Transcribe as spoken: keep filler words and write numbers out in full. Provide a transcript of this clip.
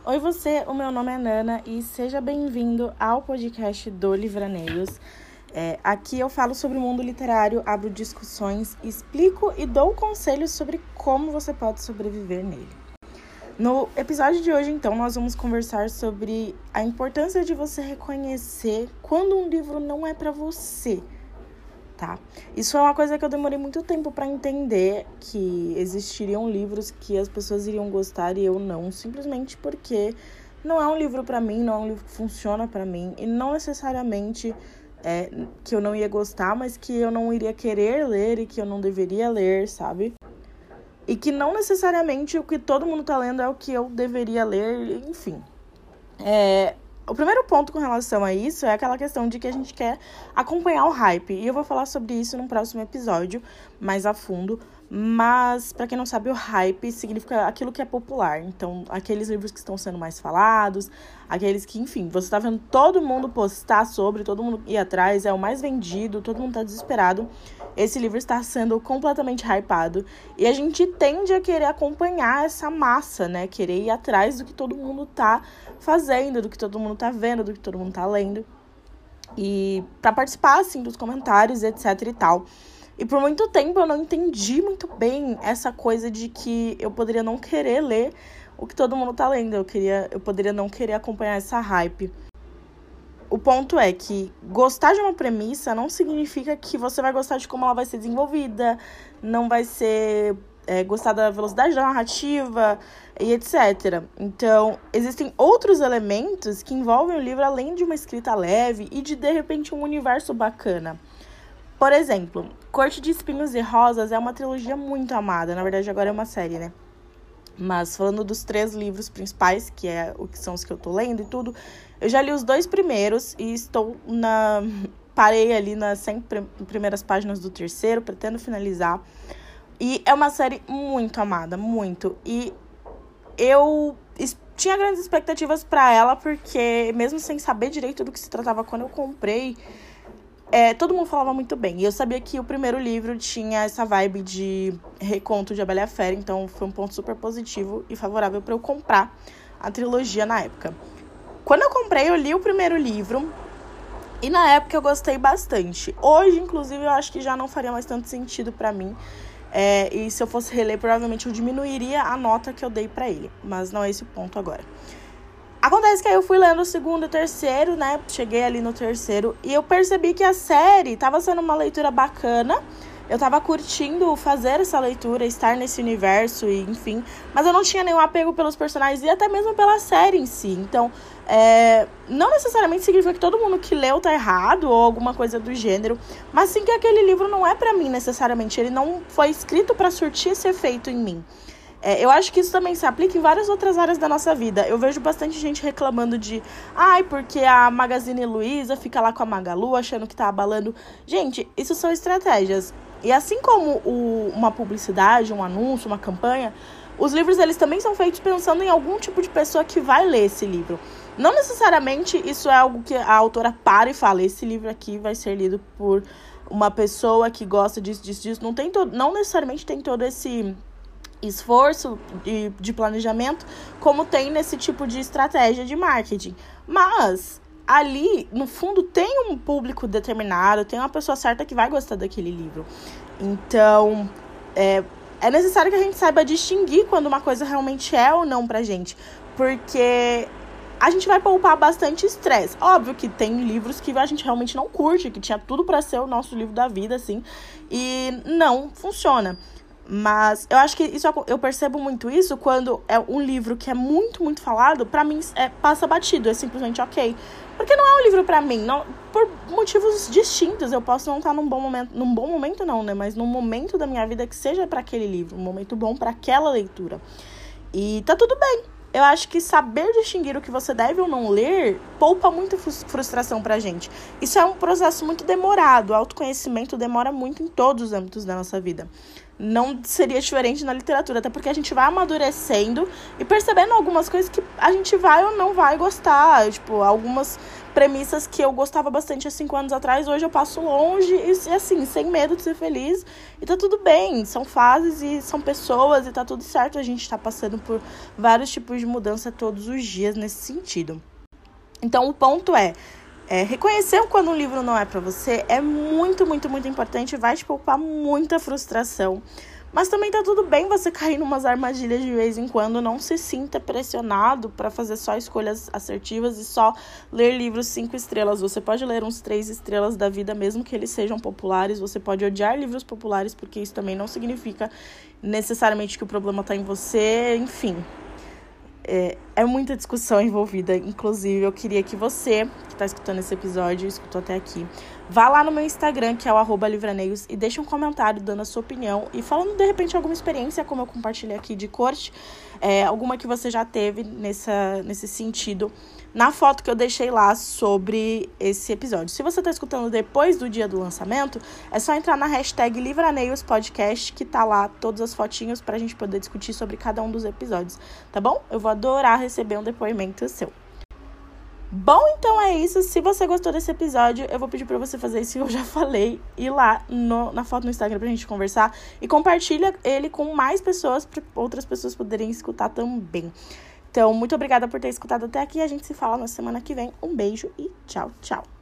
Oi você, o meu nome é Nana e seja bem-vindo ao podcast do Livraneios. É, aqui eu falo sobre o mundo literário, abro discussões, explico e dou conselhos sobre como você pode sobreviver nele. No episódio de hoje, então, nós vamos conversar sobre a importância de você reconhecer quando um livro não é para você, tá? Isso é uma coisa que eu demorei muito tempo para entender, que existiriam livros que as pessoas iriam gostar e eu não, simplesmente porque não é um livro para mim, não é um livro que funciona para mim e não necessariamente é, que eu não ia gostar, mas que eu não iria querer ler e que eu não deveria ler, sabe? E que não necessariamente o que todo mundo tá lendo é o que eu deveria ler, enfim. É, o primeiro ponto com relação a isso é aquela questão de que a gente quer acompanhar o hype. E eu vou falar sobre isso num próximo episódio, mais a fundo. Mas, pra quem não sabe, o hype significa aquilo que é popular. Então, aqueles livros que estão sendo mais falados, aqueles que, enfim, você tá vendo todo mundo postar sobre, todo mundo ir atrás, é o mais vendido, todo mundo tá desesperado. Esse livro está sendo completamente hypado. E a gente tende a querer acompanhar essa massa, né? Querer ir atrás do que todo mundo tá fazendo, do que todo mundo tá vendo, do que todo mundo tá lendo. E pra participar, assim, dos comentários, etc e tal. E por muito tempo eu não entendi muito bem essa coisa de que eu poderia não querer ler o que todo mundo tá lendo. Eu, queria, eu poderia não querer acompanhar essa hype. O ponto é que gostar de uma premissa não significa que você vai gostar de como ela vai ser desenvolvida, não vai ser é, gostar da velocidade da narrativa e etcétera. Então, existem outros elementos que envolvem o livro além de uma escrita leve e de, de repente, um universo bacana. Por exemplo, Corte de Espinhos e Rosas é uma trilogia muito amada. Na verdade, agora é uma série, né? Mas falando dos três livros principais, que é o que são os que eu tô lendo e tudo, eu já li os dois primeiros e estou na... Parei ali nas cem primeiras páginas do terceiro, pretendo finalizar. E é uma série muito amada, muito. E eu tinha grandes expectativas pra ela, porque mesmo sem saber direito do que se tratava quando eu comprei, É, todo mundo falava muito bem. E eu sabia que o primeiro livro tinha essa vibe de reconto de A Bela e a Fera. Então foi um ponto super positivo e favorável para eu comprar a trilogia na época. Quando eu comprei, eu li o primeiro livro. E na época eu gostei bastante. Hoje, inclusive, eu acho que já não faria mais tanto sentido para mim. É, e se eu fosse reler, provavelmente eu diminuiria a nota que eu dei para ele. Mas não é esse o ponto agora. Acontece que aí eu fui lendo o segundo e o terceiro, né? Cheguei ali no terceiro e eu percebi que a série tava sendo uma leitura bacana. Eu tava curtindo fazer essa leitura, estar nesse universo e enfim. Mas eu não tinha nenhum apego pelos personagens e até mesmo pela série em si. Então, é, não necessariamente significa que todo mundo que leu tá errado ou alguma coisa do gênero. Mas sim que aquele livro não é pra mim necessariamente. Ele não foi escrito pra surtir esse efeito em mim. É, eu acho que isso também se aplica em várias outras áreas da nossa vida. Eu vejo bastante gente reclamando de ai, porque a Magazine Luiza fica lá com a Magalu achando que tá abalando. Gente, isso são estratégias. E assim como o, uma publicidade, um anúncio, uma campanha, os livros eles também são feitos pensando em algum tipo de pessoa que vai ler esse livro. Não necessariamente isso é algo que a autora para e fala, esse livro aqui vai ser lido por uma pessoa que gosta disso, disso, disso. Não, tem to- não necessariamente tem todo esse esforço de, de planejamento como tem nesse tipo de estratégia de marketing. Mas ali, no fundo, tem um público determinado, tem uma pessoa certa que vai gostar daquele livro. Então, é, é necessário que a gente saiba distinguir quando uma coisa realmente é ou não pra gente. Porque a gente vai poupar bastante estresse. Óbvio que tem livros que a gente realmente não curte, que tinha tudo pra ser o nosso livro da vida, assim, e não funciona. Mas eu acho que isso, eu percebo muito isso quando é um livro que é muito, muito falado, pra mim é, passa batido, é simplesmente ok. Porque não é um livro pra mim, não, por motivos distintos. Eu posso não estar num bom momento, num bom momento não, né? Mas num momento da minha vida que seja pra aquele livro, um momento bom pra aquela leitura. E tá tudo bem. Eu acho que saber distinguir o que você deve ou não ler poupa muita frustração pra gente. Isso é um processo muito demorado. O autoconhecimento demora muito em todos os âmbitos da nossa vida. não seria diferente na literatura, até porque a gente vai amadurecendo e percebendo algumas coisas que a gente vai ou não vai gostar. Tipo, algumas premissas que eu gostava bastante há cinco anos atrás, hoje eu passo longe e, assim, sem medo de ser feliz. E tá tudo bem, são fases e são pessoas e tá tudo certo. A gente tá passando por vários tipos de mudança todos os dias nesse sentido. Então, o ponto é, é reconhecer quando um livro não é pra você é muito, muito, muito importante. Vai te poupar muita frustração. Mas também tá tudo bem você cair numas armadilhas de vez em quando. Não se sinta pressionado para fazer só escolhas assertivas e só ler livros cinco estrelas. Você pode ler uns três estrelas da vida, mesmo que eles sejam populares. Você pode odiar livros populares, porque isso também não significa necessariamente que o problema tá em você. Enfim, é, é muita discussão envolvida. Inclusive, eu queria que você, que tá escutando esse episódio, escutou até aqui, vá lá no meu Instagram, que é o arroba livraneios, e deixa um comentário dando a sua opinião e falando, de repente, alguma experiência, como eu compartilhei aqui de corte, é, alguma que você já teve nessa, nesse sentido, na foto que eu deixei lá sobre esse episódio. Se você tá escutando depois do dia do lançamento, é só entrar na hashtag Livraneios Podcast, que tá lá todas as fotinhos pra gente poder discutir sobre cada um dos episódios, tá bom? Eu vou adorar receber um depoimento seu. Bom, então é isso. Se você gostou desse episódio, eu vou pedir pra você fazer isso que eu já falei, ir lá no, na foto no Instagram pra gente conversar e compartilha ele com mais pessoas, para outras pessoas poderem escutar também. Então, muito obrigada por ter escutado até aqui. A gente se fala na semana que vem. Um beijo e tchau, tchau.